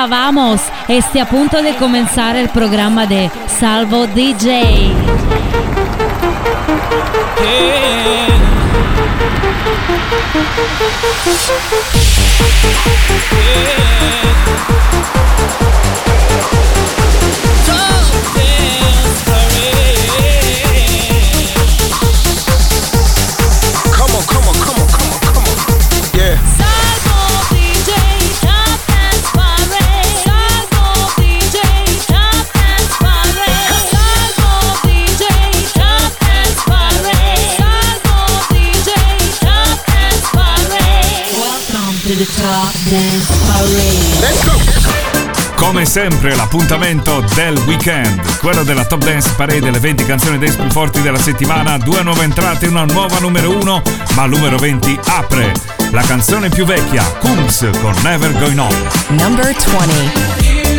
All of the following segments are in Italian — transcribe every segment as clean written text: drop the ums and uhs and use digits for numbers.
Hola, vamos. Esté a punto de comenzar el programa de Salvo DJ. Come sempre l'appuntamento del weekend, quello della Top Dance Parade, le 20 canzoni dance più forti della settimana, 2 nuove entrate, una nuova numero 1, ma il numero 20 apre la canzone più vecchia, Kungs con Never Going On. Number 20.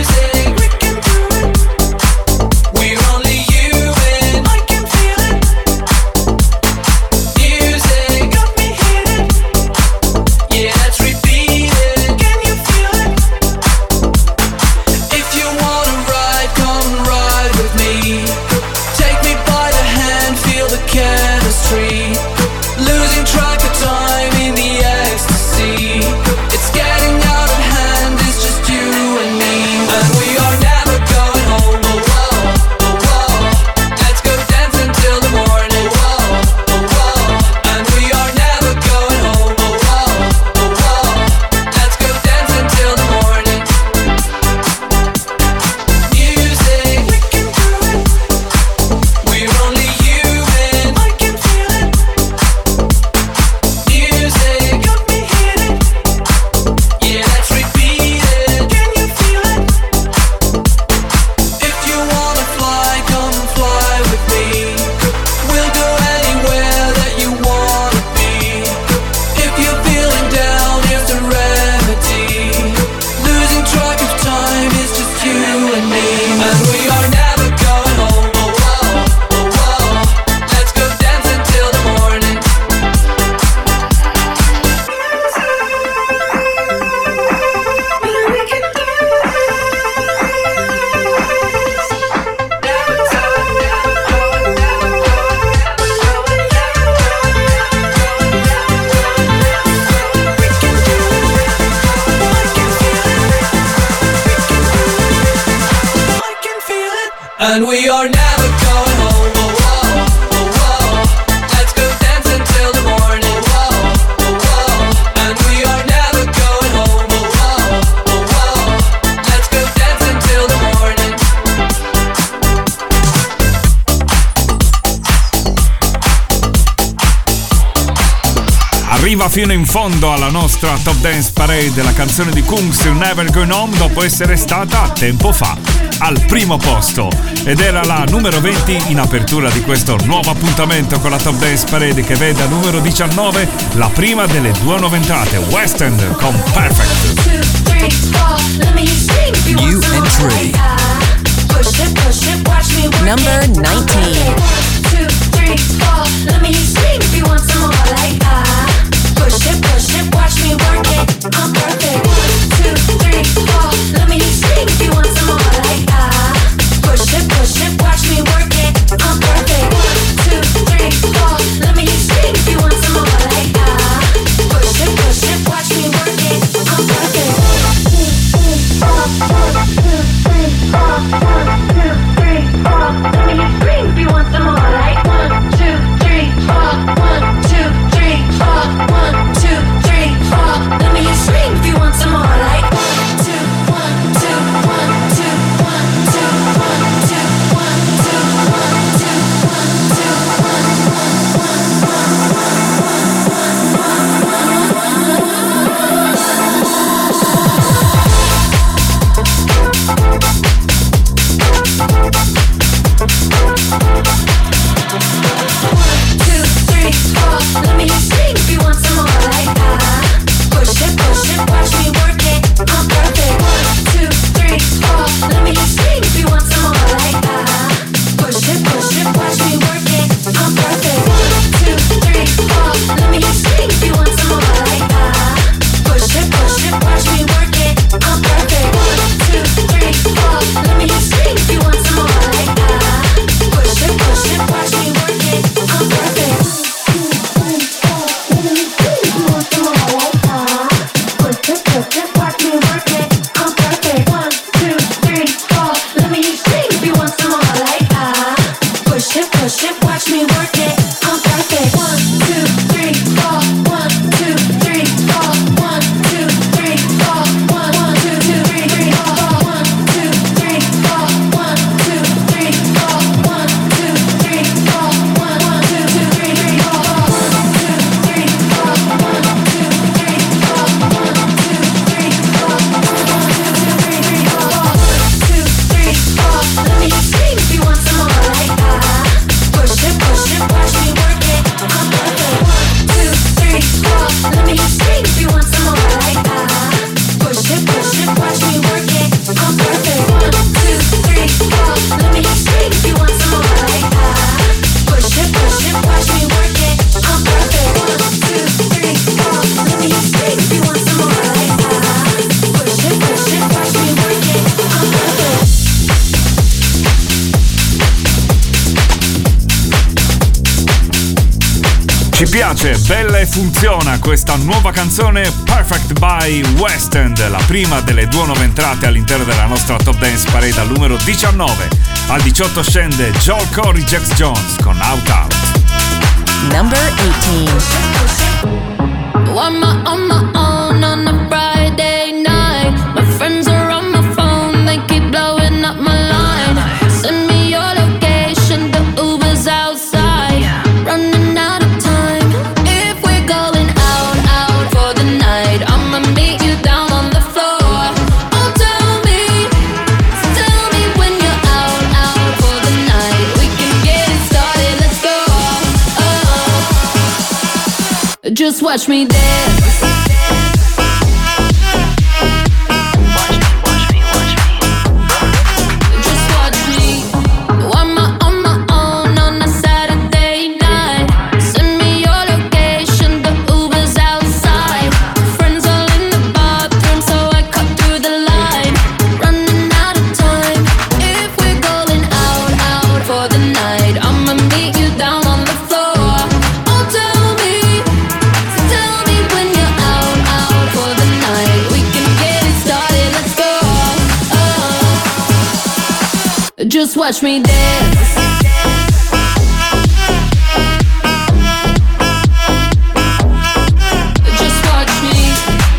And we are never going home. Oh, oh, oh, oh. Let's go dance until the morning. Oh, oh, oh. And we are never going home. Oh, oh, oh, oh. Let's go dance until the morning. Arriva fino in fondo alla nostra Top Dance Parade la canzone di Kungs, Never Going Home, dopo essere stata tempo fa al primo posto, ed era la numero 20 in apertura di questo nuovo appuntamento con la Top Dance Parade, che vede al numero 19 la prima delle 2 nuove entrate, West End con Perfect. New entry. Number 19. Push it, watch me work it. I'm perfect. 1, 2, 3, 4. Let me scream if you want some more like that. Push it, watch me work it. I'm perfect. 1, 2, 3, 4. Let me scream if you want some more like that. Push it, watch me work it. I'm perfect. 1, 2, 3, 4. 1, 2, 3, 4. Let me scream if you want some more like 1, 2, 3, 4. 1, 2, 3, 4. 1, 2, 3, 4. Let me scream if you want some more like 1, 2, 1, 2, 1, 2, 1, 2, 1, 2, 1, 2, 1, 2, 1, 2, 1, 2, 1. piace, bella e funziona questa nuova canzone Perfect by West End, la prima delle due nuove entrate all'interno della nostra Top Dance Parade al numero 19. Al 18 scende Joel Corry Jax Jones con Out Out. Number 18. On my own on a Friday night. My friends are on my phone, they keep blowing up my line. Send me your location, the Uber's outside. Running out of time. If we're going out for the night, I'ma meet you down on the floor. Oh, tell me when you're out for the night. We can get it started, let's go. Just watch me dance. Just watch me dance. Just watch me.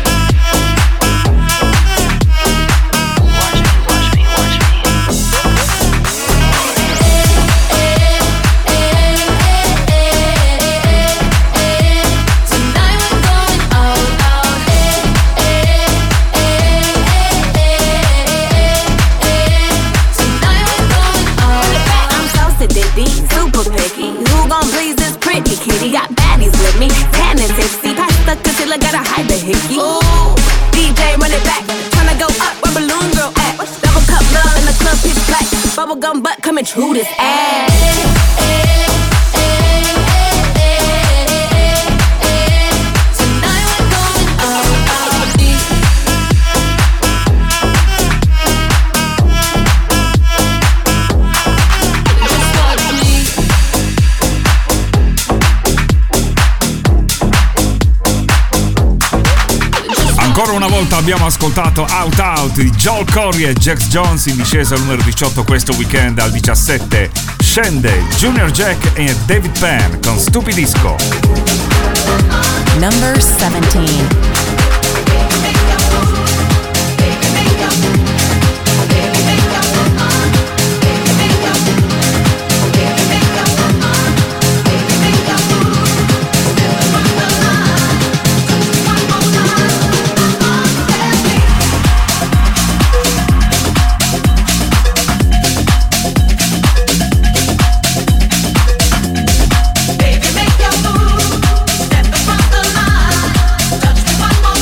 Watch me. Tonight we're going out. Super picky. Who gon' please this pretty kitty? Got baddies with me, tan and tipsy. Pasta Castilla, gotta hide the hickey. Ooh, DJ run it back, tryna go up where Balloon Girl at. Double cup love in the club, pitch black. Bubblegum butt coming true this ass. Ancora una volta abbiamo ascoltato Out Out di Joel Corry e Jax Jones, in discesa al numero 18 questo weekend. Al 17 scende Junior Jack e David Penn con Stupidisco. Number 17. Baby, make your move, step in front of the line. Touch me one more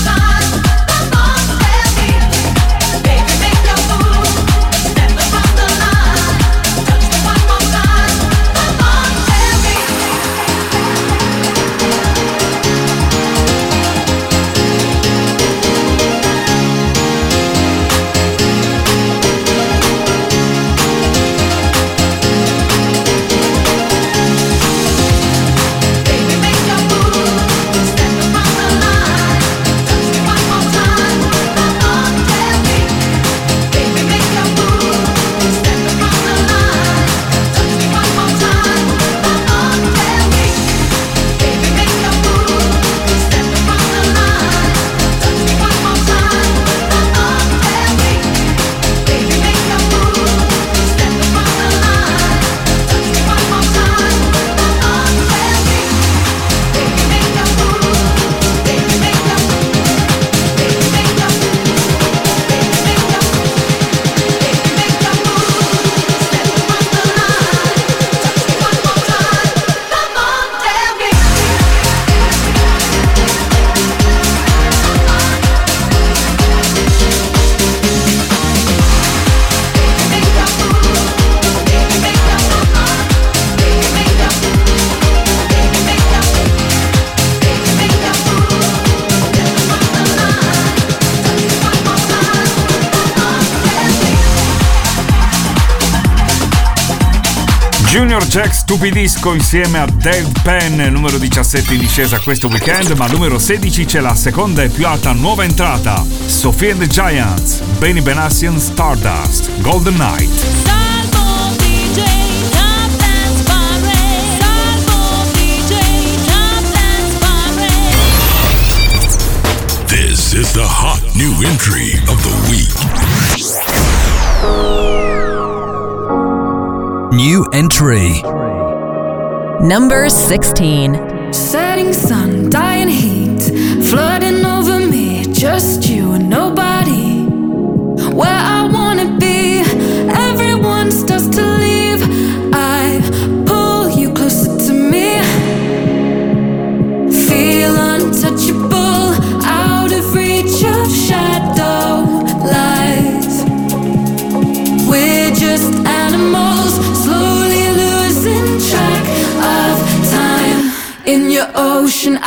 Junior Jack Stupidisco insieme a Dave Penn, numero 17 in discesa questo weekend, ma numero 16 c'è la seconda e più alta nuova entrata, Sophie and the Giants, Benny Benassi and Stardust, Golden Night. Salvo DJ, Top Dance Parade. Salvo DJ, Top Dance Parade. This is the hot new entry of the week. New entry. Number 16. Setting sun, dying heat, flooding over me. Just you and nobody. Where I wanna be, everyone starts to leave. I pull you closer to me. Feel untouchable, out of reach of shadow lies. We're just animals, slowly losing track of time in your ocean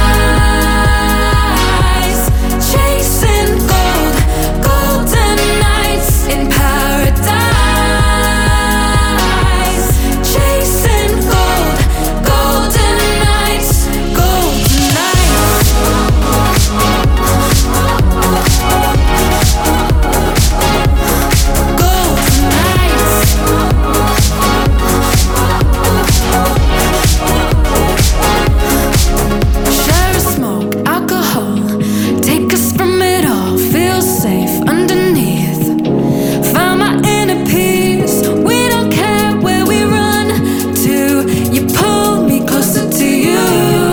eyes, chasing gold, golden nights in paradise, chasing gold, golden nights, golden nights, golden nights. Share a smoke, alcohol, take us from it all. Feel safe underneath. Found my inner peace. We don't care where we run to. You pull me closer to you.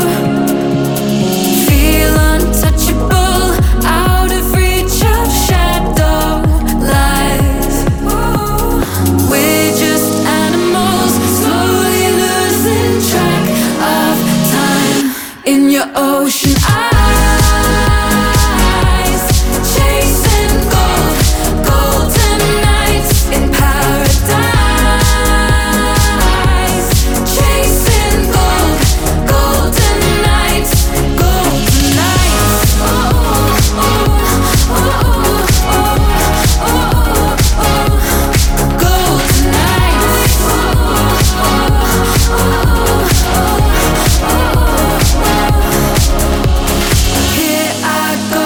Feel untouchable, out of reach of shadow lies. We're just animals, slowly losing track of time in your ocean eyes, chasing gold, golden nights in paradise, chasing gold, golden nights, golden nights. Golden nights. Here I go,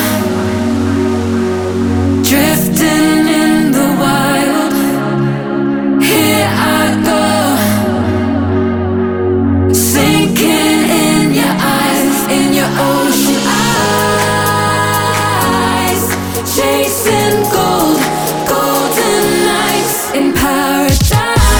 drifting in the wild. Here I go, sinking in your eyes, in your ocean eyes, chasing gold, golden nights in paradise,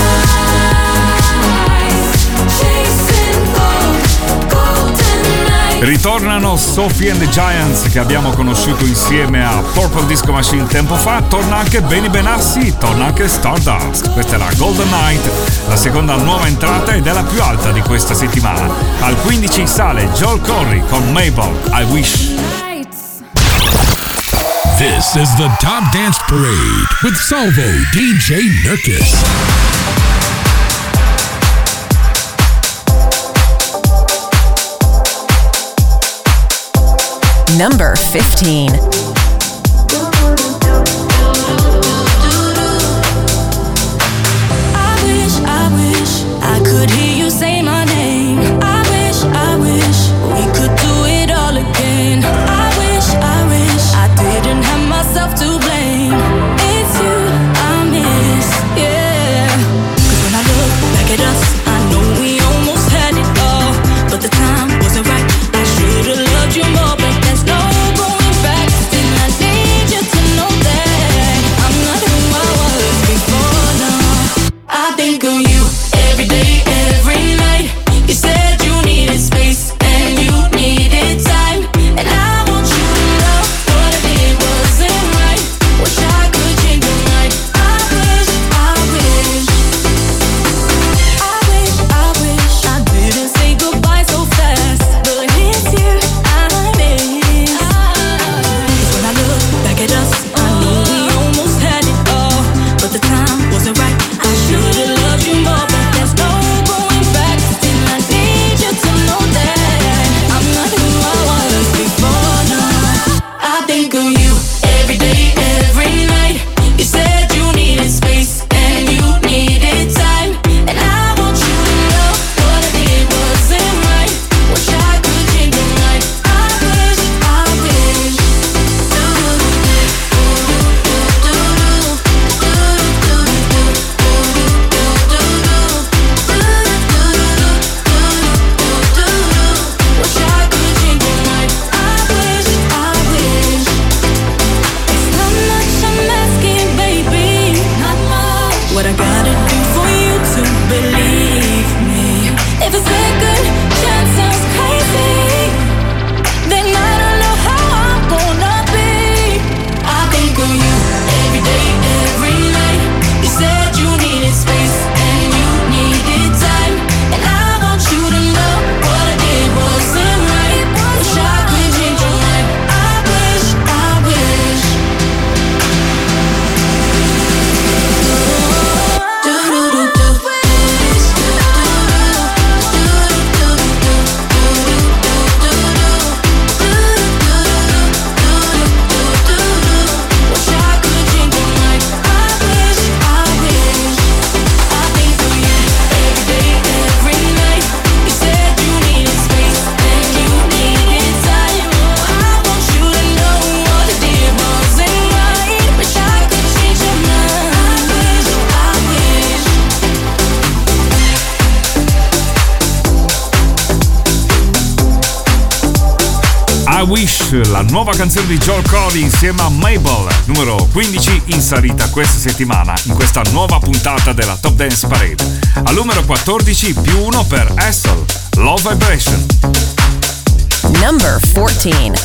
chasing gold, golden nights. Ritornano Sophie and the Giants che abbiamo conosciuto insieme a Purple Disco Machine tempo fa, torna anche Benny Benassi, torna anche Stardust. Questa è la Golden Night, la seconda nuova entrata ed è la più alta di questa settimana. Al 15 sale Joel Corry con Mabel, I Wish. This is the Top Dance Parade with Salvo DJ Nurkis. Number 15. I wish I could hear you say my name. I wish we could do it all again. I wish I didn't have myself to blame. It's you I miss, yeah. 'Cause when I look back at us, I know we almost had it all, but the time wasn't right. I should've loved you more, but there's no going back. Still I I Wish, la nuova canzone di Joel Corry insieme a Mabel, numero 15 in salita questa settimana in questa nuova puntata della Top Dance Parade. Al numero 14 più 1 per Hassel, Love Vibration. Number 14.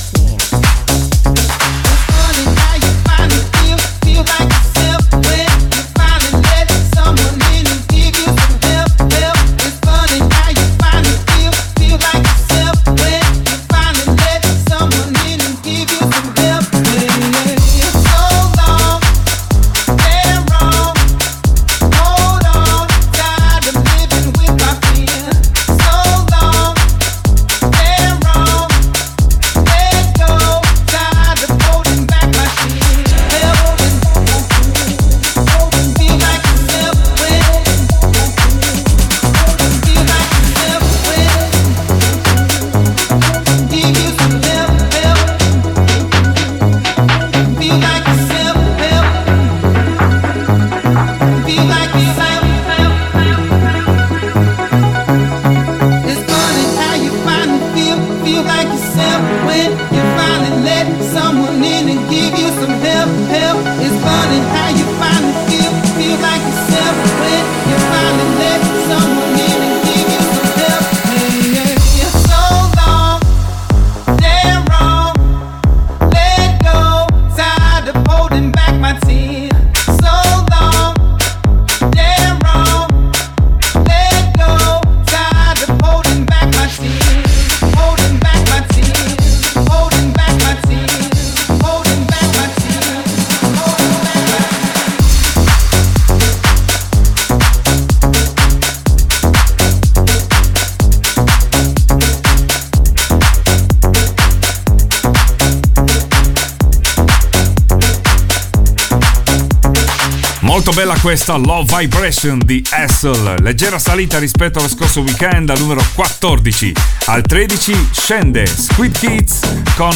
Molto bella questa Love Vibration di Hassel, leggera salita rispetto allo scorso weekend al numero 14. Al 13 scende Squid Kids con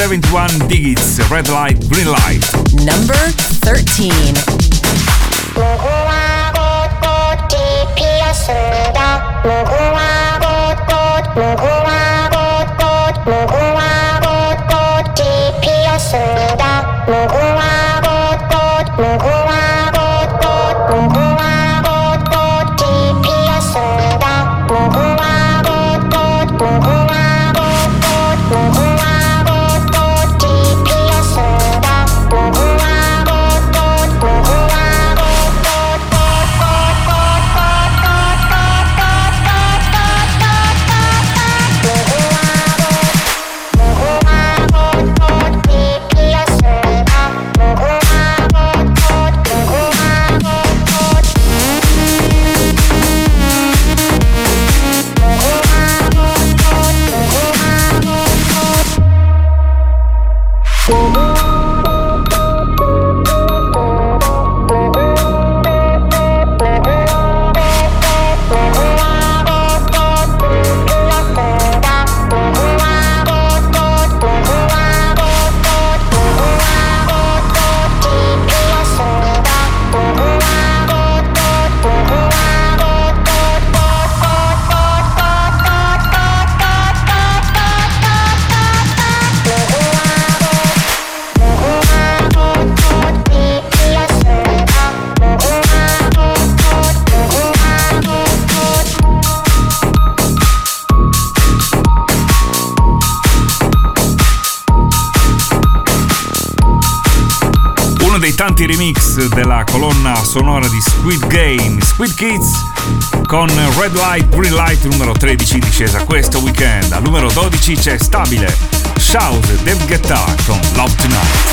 71 Digits, Red Light, Green Light. Number 13. Tanti remix della colonna sonora di Squid Game, Squid Kids con Red Light, Green Light, numero 13 in discesa questo weekend. Al numero 12 c'è Stabile, Shout, Dave Guetta con Love Tonight.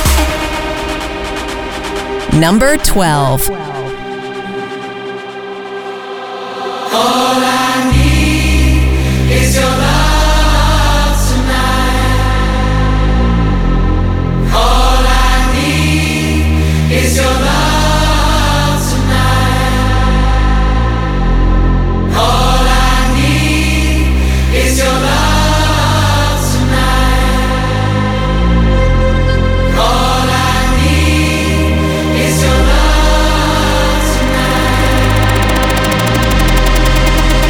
Number 12. All I need is your love tonight. All I need is your love tonight. All I need is your love tonight. All I need is your love tonight.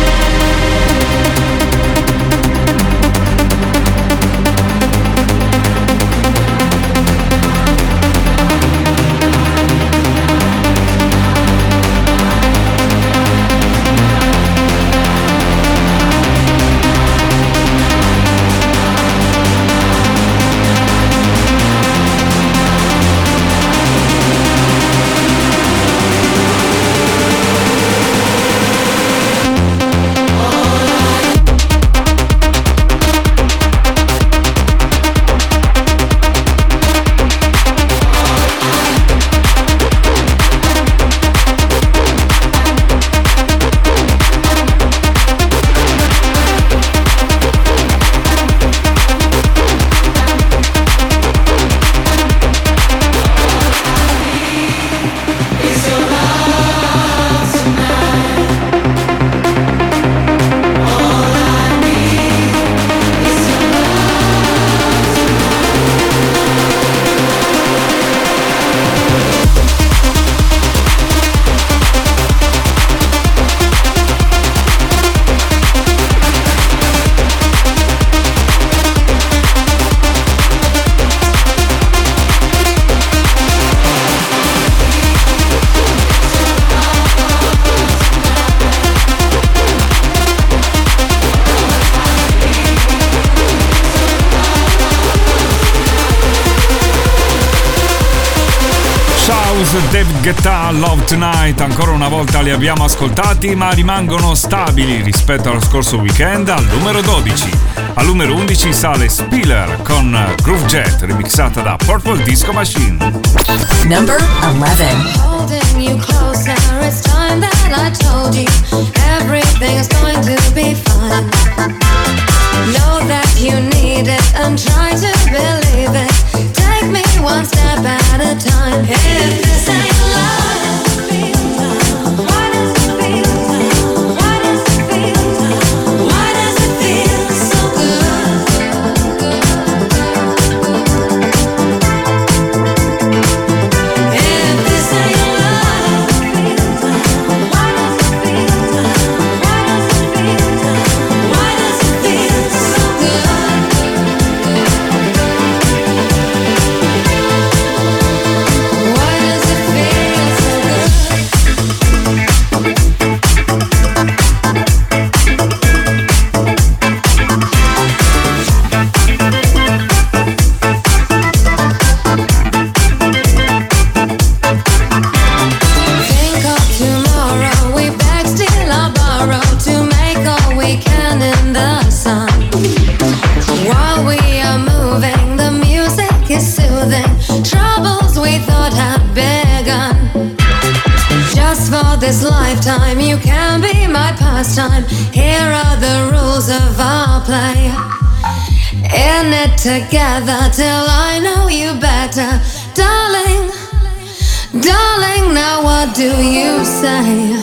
Muse, David Guetta, Love Tonight, ancora una volta li abbiamo ascoltati, ma rimangono stabili rispetto allo scorso weekend al numero 12. Al numero 11 sale Spiller con Groove Jet, remixata da Purple Disco Machine. Number 11. Holding you closer, it's time that I told you everything is going to be fine. Know that you need it and try to believe it. Take me one step at a time. If this ain't love, why does it feel? Why does it feel? Why does it feel so good? If this ain't love, why does it feel? Why does it feel? Why does it feel so good? Why does it feel so good? Think of tomorrow, we beg, steal or borrow to make all we can in the sun. While we are moving, the music is soothing troubles we thought had begun. Just for this lifetime, you can be my pastime. Here are the rules of our play. In it together till I know you better, darling. Darling, now what do you say?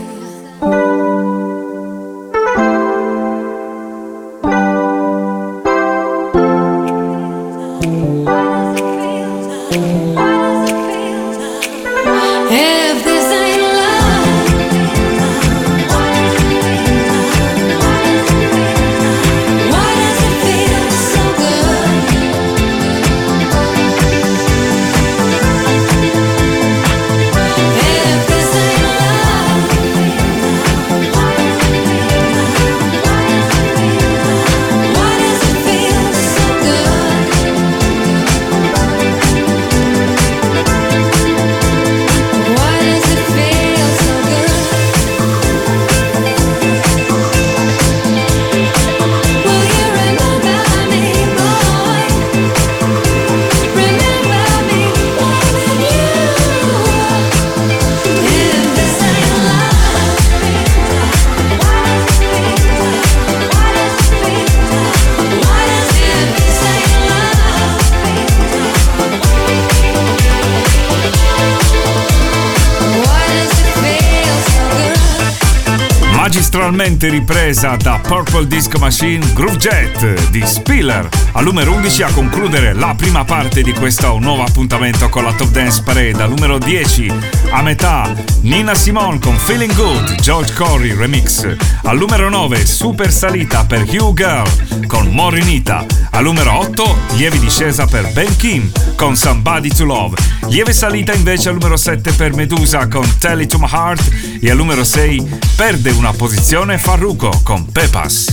If this ain't love, why does it feel so good? If this ain't love, why does it feel so good? Why does it feel so good? Will you remember me, boy? Remember me loving you. If this ain't love, why does it feel? Why does it feel? Why does if this ain't love? Why does it feel so good? Magistralmente ripresa da Purple Disco Machine, Groove Jet di Spiller, al numero 11 a concludere la prima parte di questo nuovo appuntamento con la Top Dance Parade. Al numero 10 a metà Nina Simone con Feeling Good, George Corey remix. Al numero 9 super salita per Hugh Girl con Morinita. Al numero 8 lieve discesa per Ben Kim con Somebody to Love. Lieve salita invece al numero 7 per Medusa con Tell It to My Heart, e al numero 6 perde una posizione Farruko con Pepas.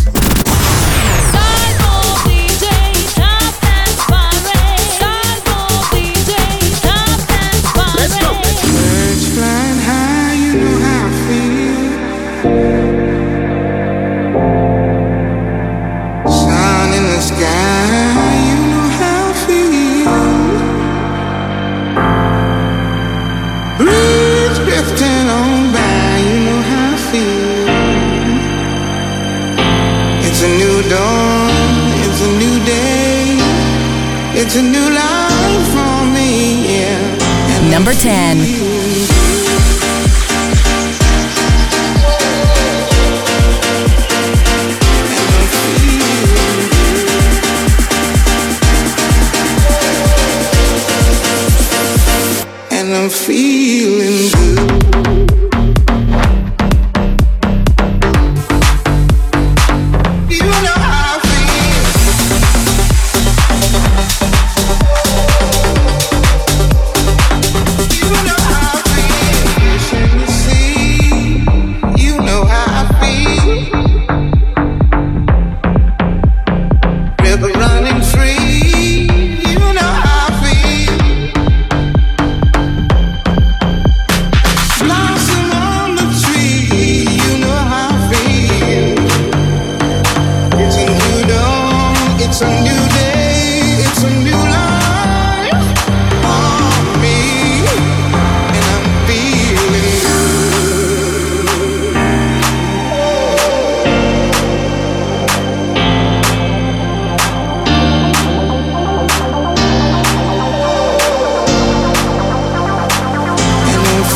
Salvo DJ Top Dance Parade. Salvo DJ Top Dance Parade. Let's go. Birds flying high, you know how I feel. Sun in the sky, you know how I feel. Breeze drifting on by, you know how I feel. It's a new dawn, it's a new day, it's a new life for me, yeah. And Number 10. And I'm feeling good. You know how I feel. You know how I feel. You know how I feel. River running free. You know how I feel.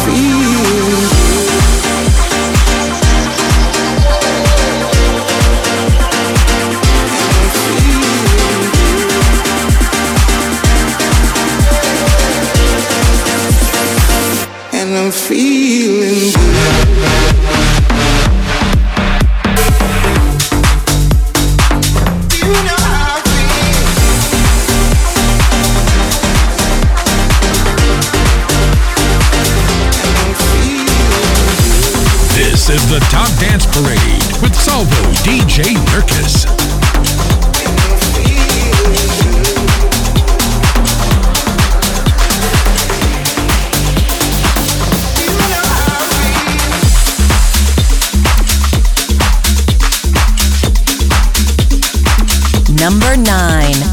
The Top Dance Parade with Salvo DJ Nurkis. Number 9.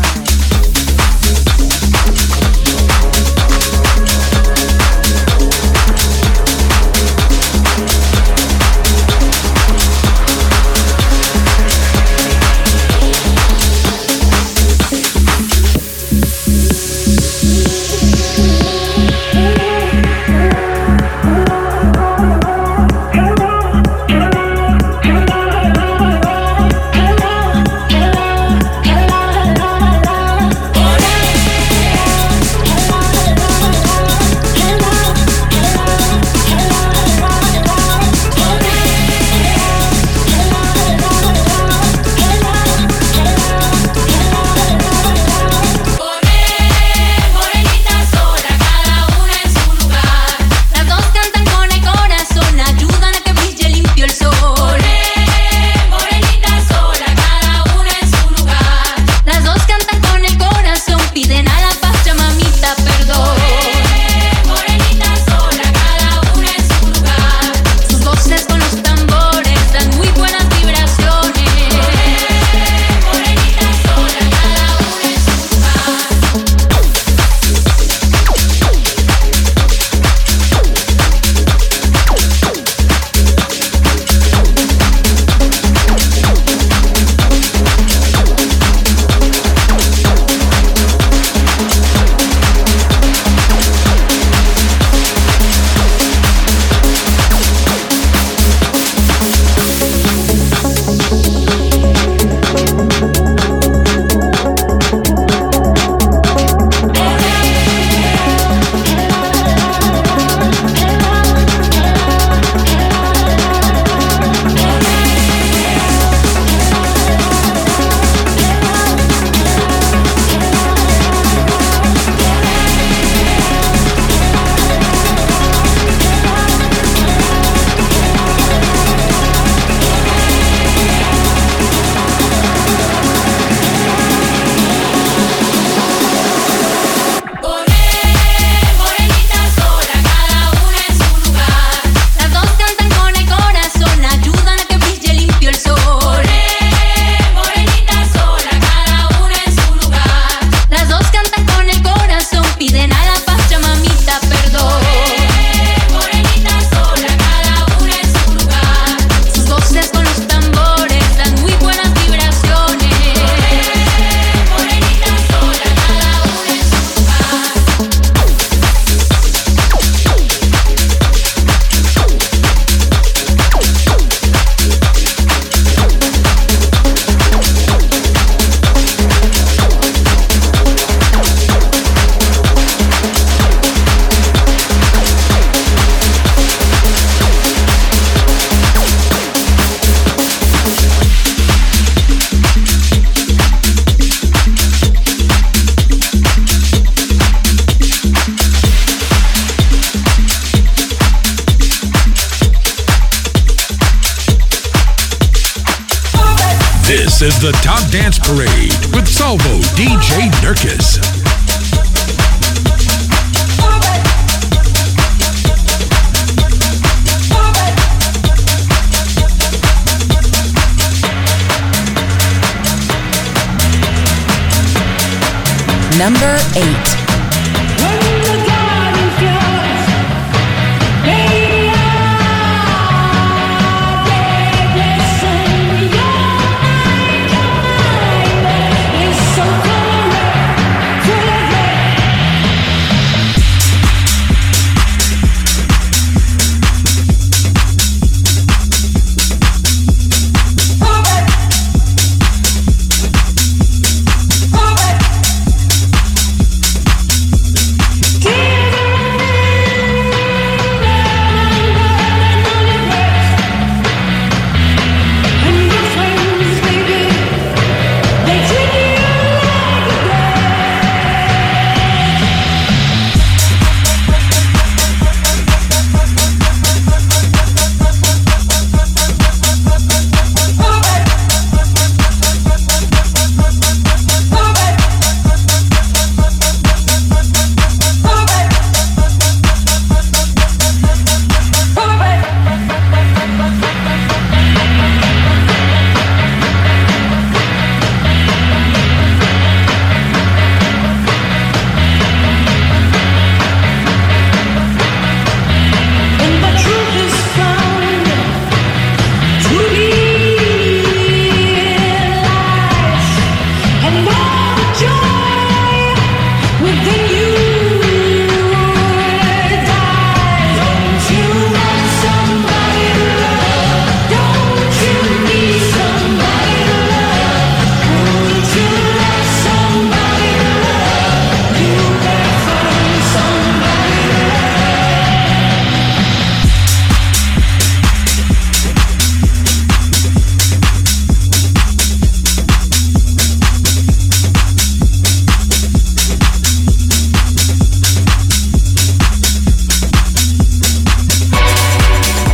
This is the Top Dance Parade with Salvo DJ Nurkis. Number 8.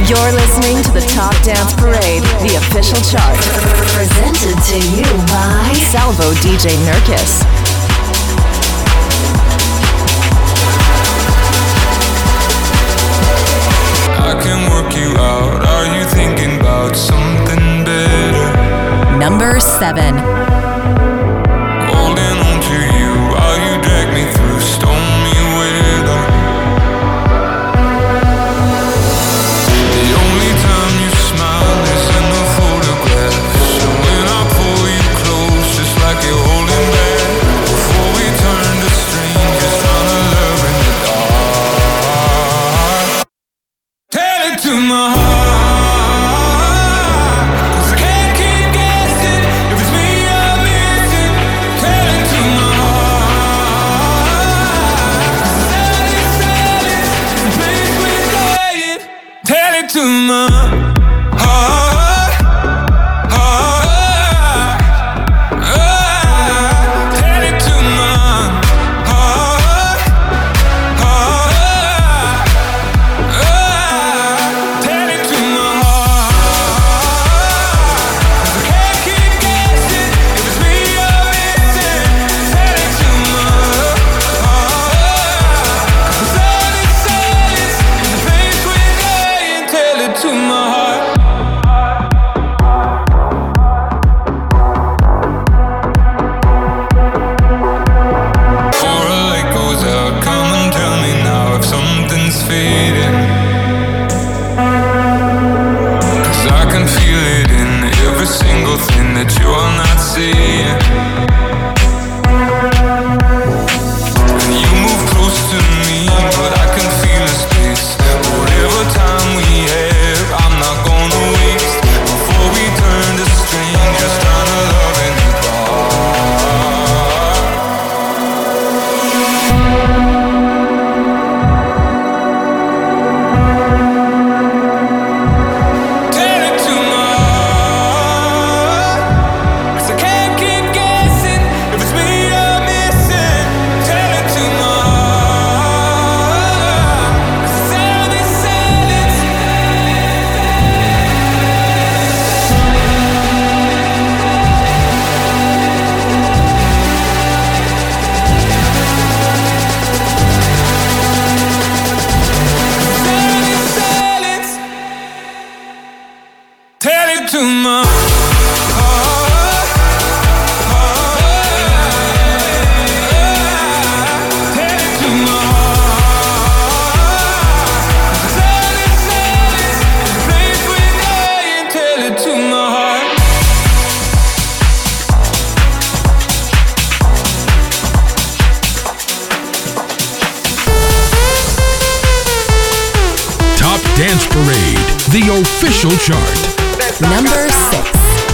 You're listening to the Top Dance Parade, the official chart. Presented to you by Salvo DJ Nurkis. I can work you out. Are you thinking about something better? Number 7. Holding on to you while you drag me through stormy weather. The only time you smile is in the photographs. So when I pull you close, just like you're holding back, before we turn to strangers, found a love in the dark. Tell it to my heart. To my heart, tell it to my heart, tell it to my heart. I can't keep guessing if it's me you're missing. Tell it to my heart, 'cause all this silence is the place we're going. Tell it to my heart. Before a light goes out, come and tell me now if something's fading. 'Cause I can feel it in every single thing that you're not seeing. And you move close to me, but I can feel the space. Whatever time we have, I'm not gonna waste. Before we turn to strangers, trying to love in the dark. Tell it to my heart, 'cause I can't keep guessing if it's me you're missing. Tell it to my heart, 'cause all this silence. Tell it to my heart, tell it to my heart, 'cause all this silence is the place we're going. Tell it to my heart. Top Dance Parade, the official chart. Number 6.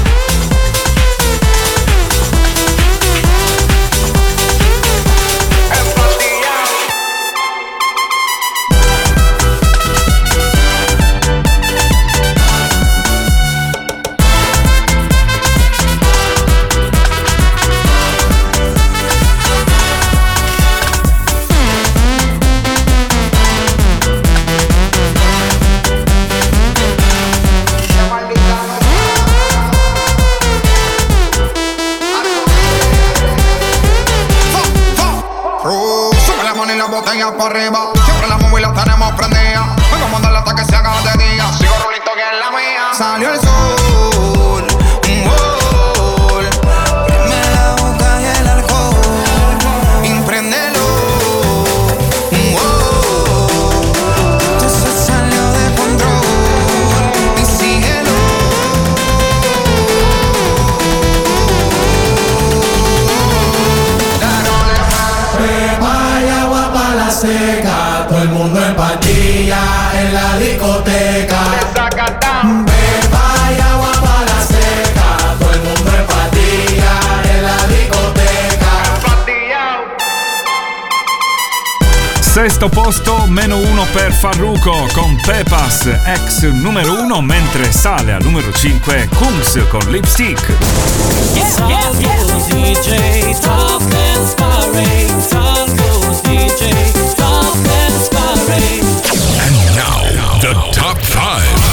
Sube la mano y la botella para arriba. Siempre la móvil la tenemos prendida. Hoy vamos a darle hasta que se haga de día. Sigo rulito que es la mía. Salió el sol, un gol. Prende la boca y el alcohol. Impréndelo, un gol. Todo se salió de control. Y síguelo. Pepa y agua pa' la seca, todo el mundo en patilla en la discoteca. Pepa y agua pa' la seca, todo el mundo en patilla en la discoteca. Sesto posto, -1 per Farruko con Pepas, ex numero 1, mentre sale al numero 5 Kungs con Lipstick. DJ, Top Dance Parade, Salvo DJ, Top Dance Parade. And now, the top 5.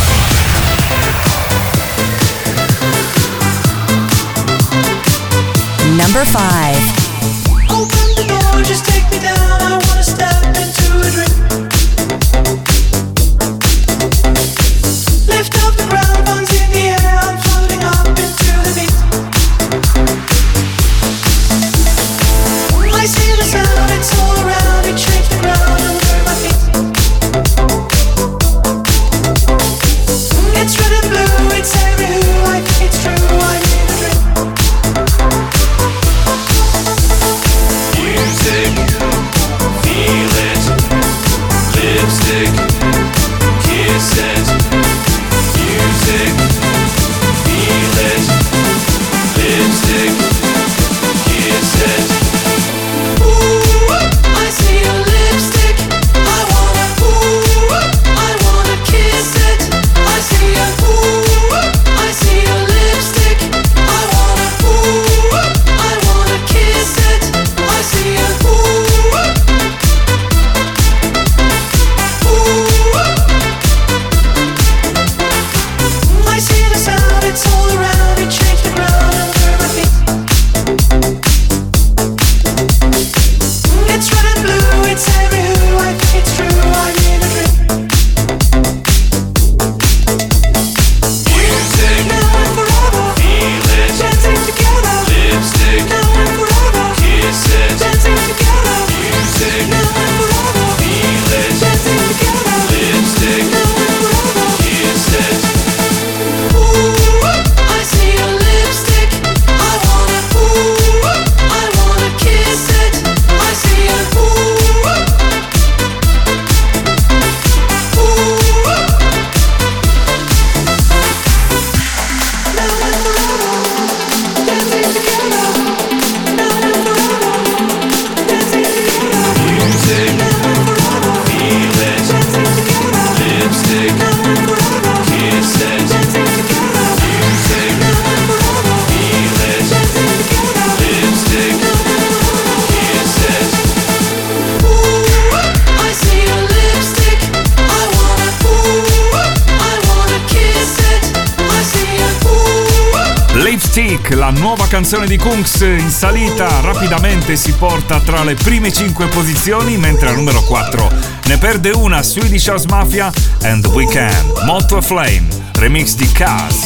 La nuova canzone di Kungs in salita rapidamente si porta tra le prime 5 posizioni, mentre al numero 4 ne perde una Swedish House Mafia and The Weeknd, Moth to a Flame, remix di Kaz.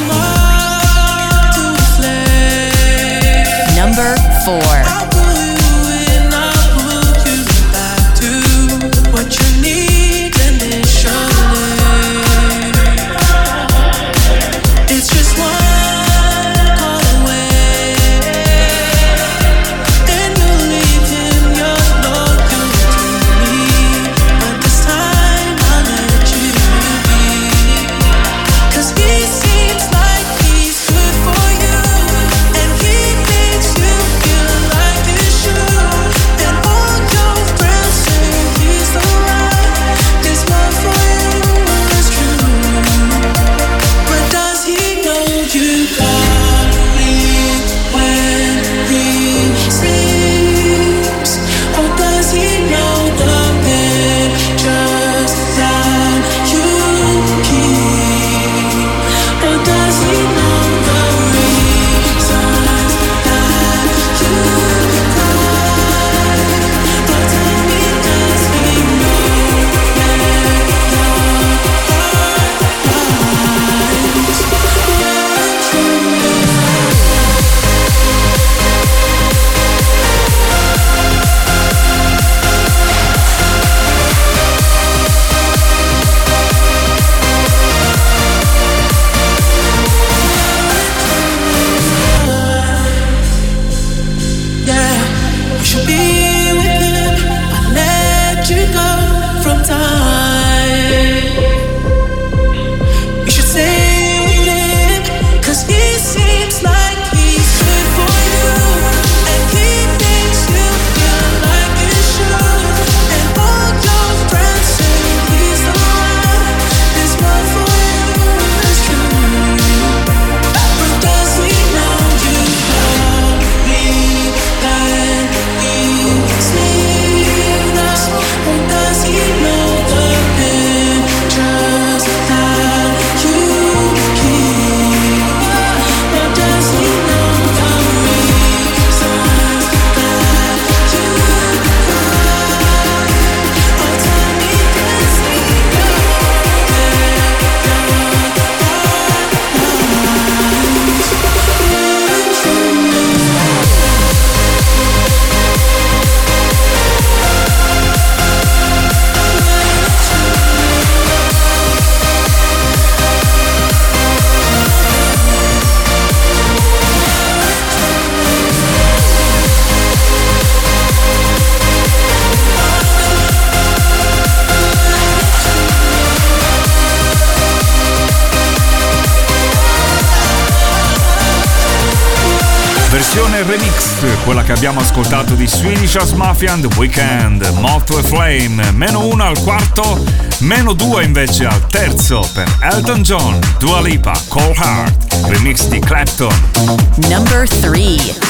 Number 4. Versione remix, quella che abbiamo ascoltato di Swedish House Mafia and The Weeknd, Moth to a Flame, -1 al quarto, -2 invece al terzo per Elton John, Dua Lipa, Cold Heart, remix di Clapton. Number 3.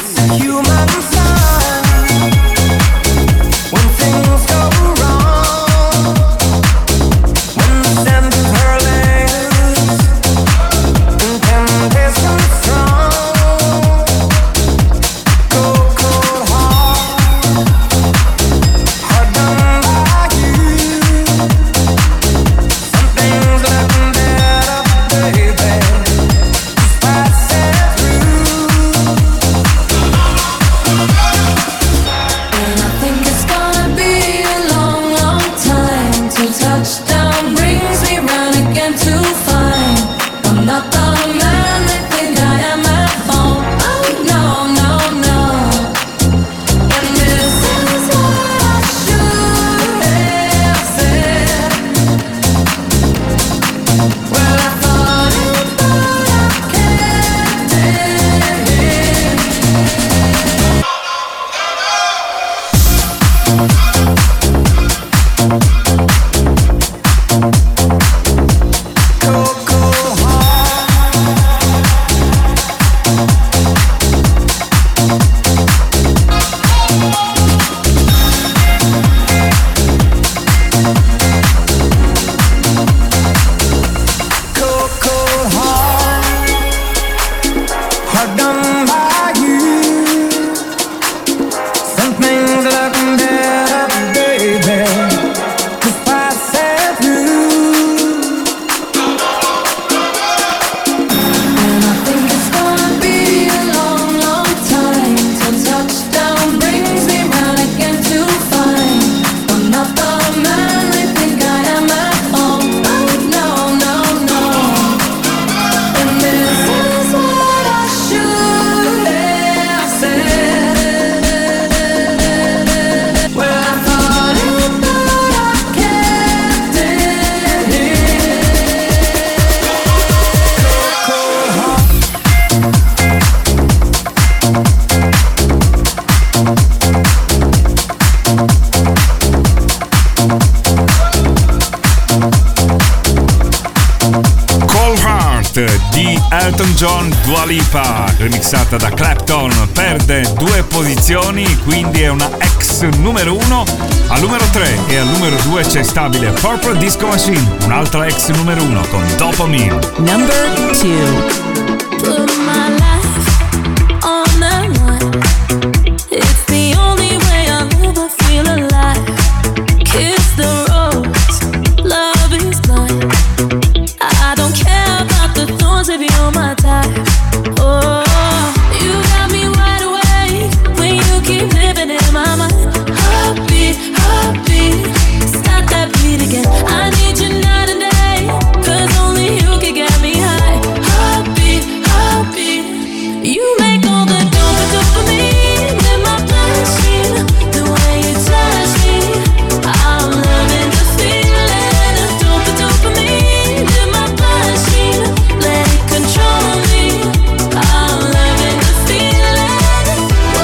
Di Elton John, Dua Lipa, remixata da Clapton, perde 2 posizioni, quindi è una ex numero 1. Al numero 3 e al numero 2 c'è stabile Purple Disco Machine, un'altra ex numero 1 con Dopamine. Number 2. Put my life on the line. It's the only way I'll ever feel alive. Kiss the rose, love is blind. I don't care about the thorns if you're my type. Oh, you got me wide awake when you keep living in my mind. Heartbeat, heartbeat, start that beat again. I need you night and day, 'cause only you can get me high. Heartbeat, heartbeat, you make all the dopamine in my bloodstream. The way you touch me, I'm loving the feeling of dopamine in my bloodstream. Let it control me, I'm loving the feeling.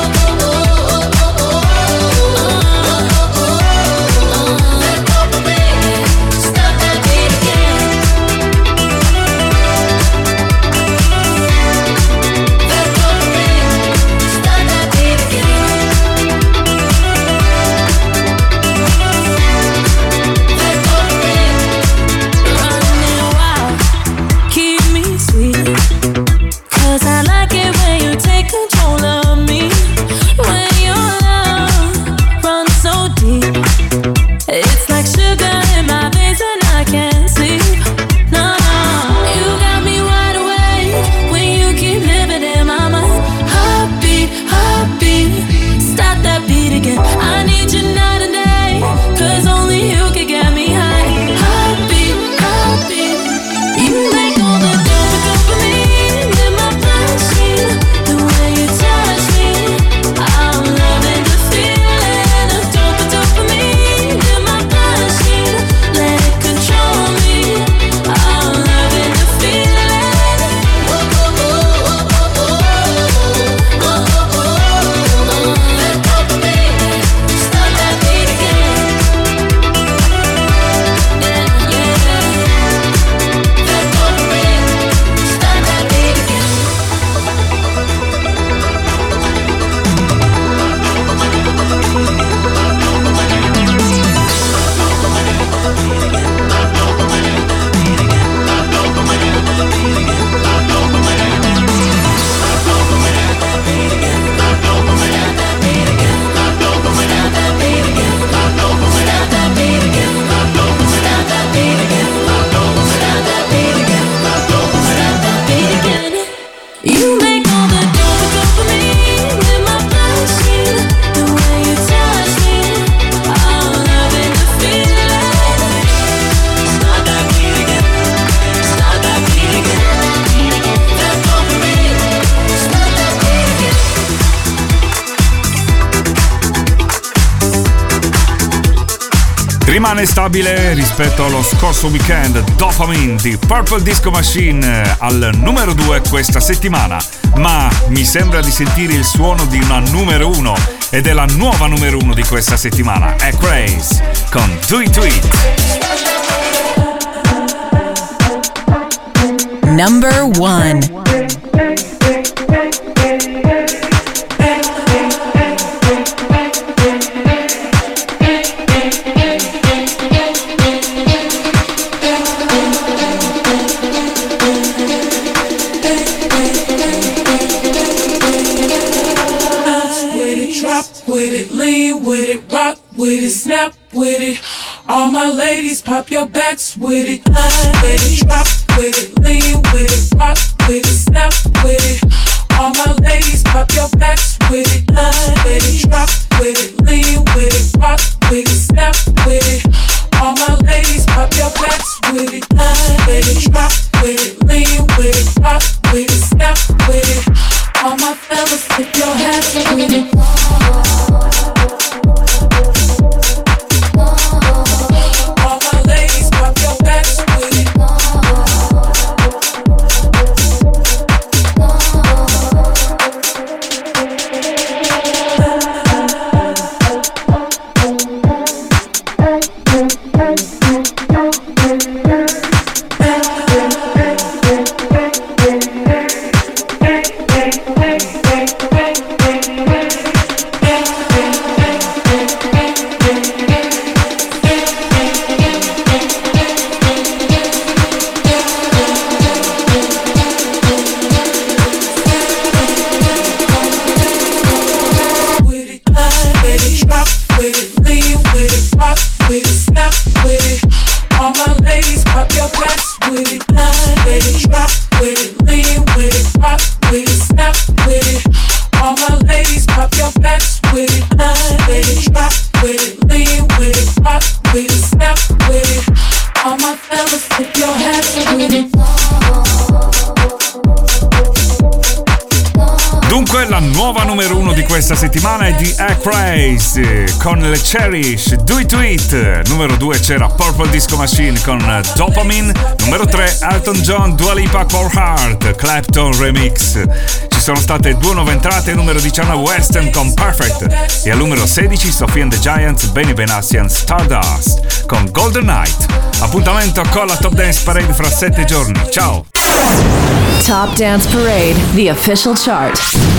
That dopamine, stop that beat again. That dopamine, stop that beat again. That dopamine, running wild, keep me sweet. 'Cause I like it when you take control of me. When your love runs so deep, it's like sugar in my veins and I can't sleep. No, no, you got me wide awake when you keep living in my mind. Heartbeat, heartbeat, start that beat again. I need you night and day, 'cause only you can get me high. Heartbeat, heartbeat, you make all the dopamine in my bloodstream. The way you touch me, I'm loving the feeling of dopamine in my bloodstream. Let it control me, I'm loving the feeling. That dopamine, start that beat again. Yeah, yeah. That dopamine, start that beat again. You make all the dopamine in my bloodstream. The way you touch me, I'm loving the feeling. Start that beat again. Start that beat again. That dopamine, start that beat again. Rimane stabile rispetto allo scorso weekend Dopamine di Purple Disco Machine al numero 2 questa settimana, ma mi sembra di sentire il suono di una numero 1 ed è la nuova numero 1 di questa settimana, è Craze con Do It To It. Number 1. With it, lean with it, rock with it, snap with it. All my ladies, pop your backs with it. With it, drop with it, lean with it, rock with it, snap with it. All my ladies, pop your backs with it. With it, drop with it, lean with it, rock with it, snap with it. All my ladies, pop your backs with it. With it, drop with it, lean with it, rock with it, snap with it. All my fellas, tip your hats with it. Dunque la nuova numero 1 di questa settimana è di Craze con le Cherish, Do It To It. Numero 2 c'era Purple Disco Machine con Dopamine. Numero 3 Elton John, Dua Lipa, Core Heart, Clapton Remix. Ci sono state due nuove entrate, numero 19 Western con Perfect e al numero 16 Sophie and the Giants, Benny Benassi, Stardust con Golden Night. Appuntamento con la Top Dance Parade fra 7 giorni. Ciao! Top Dance Parade, the official chart.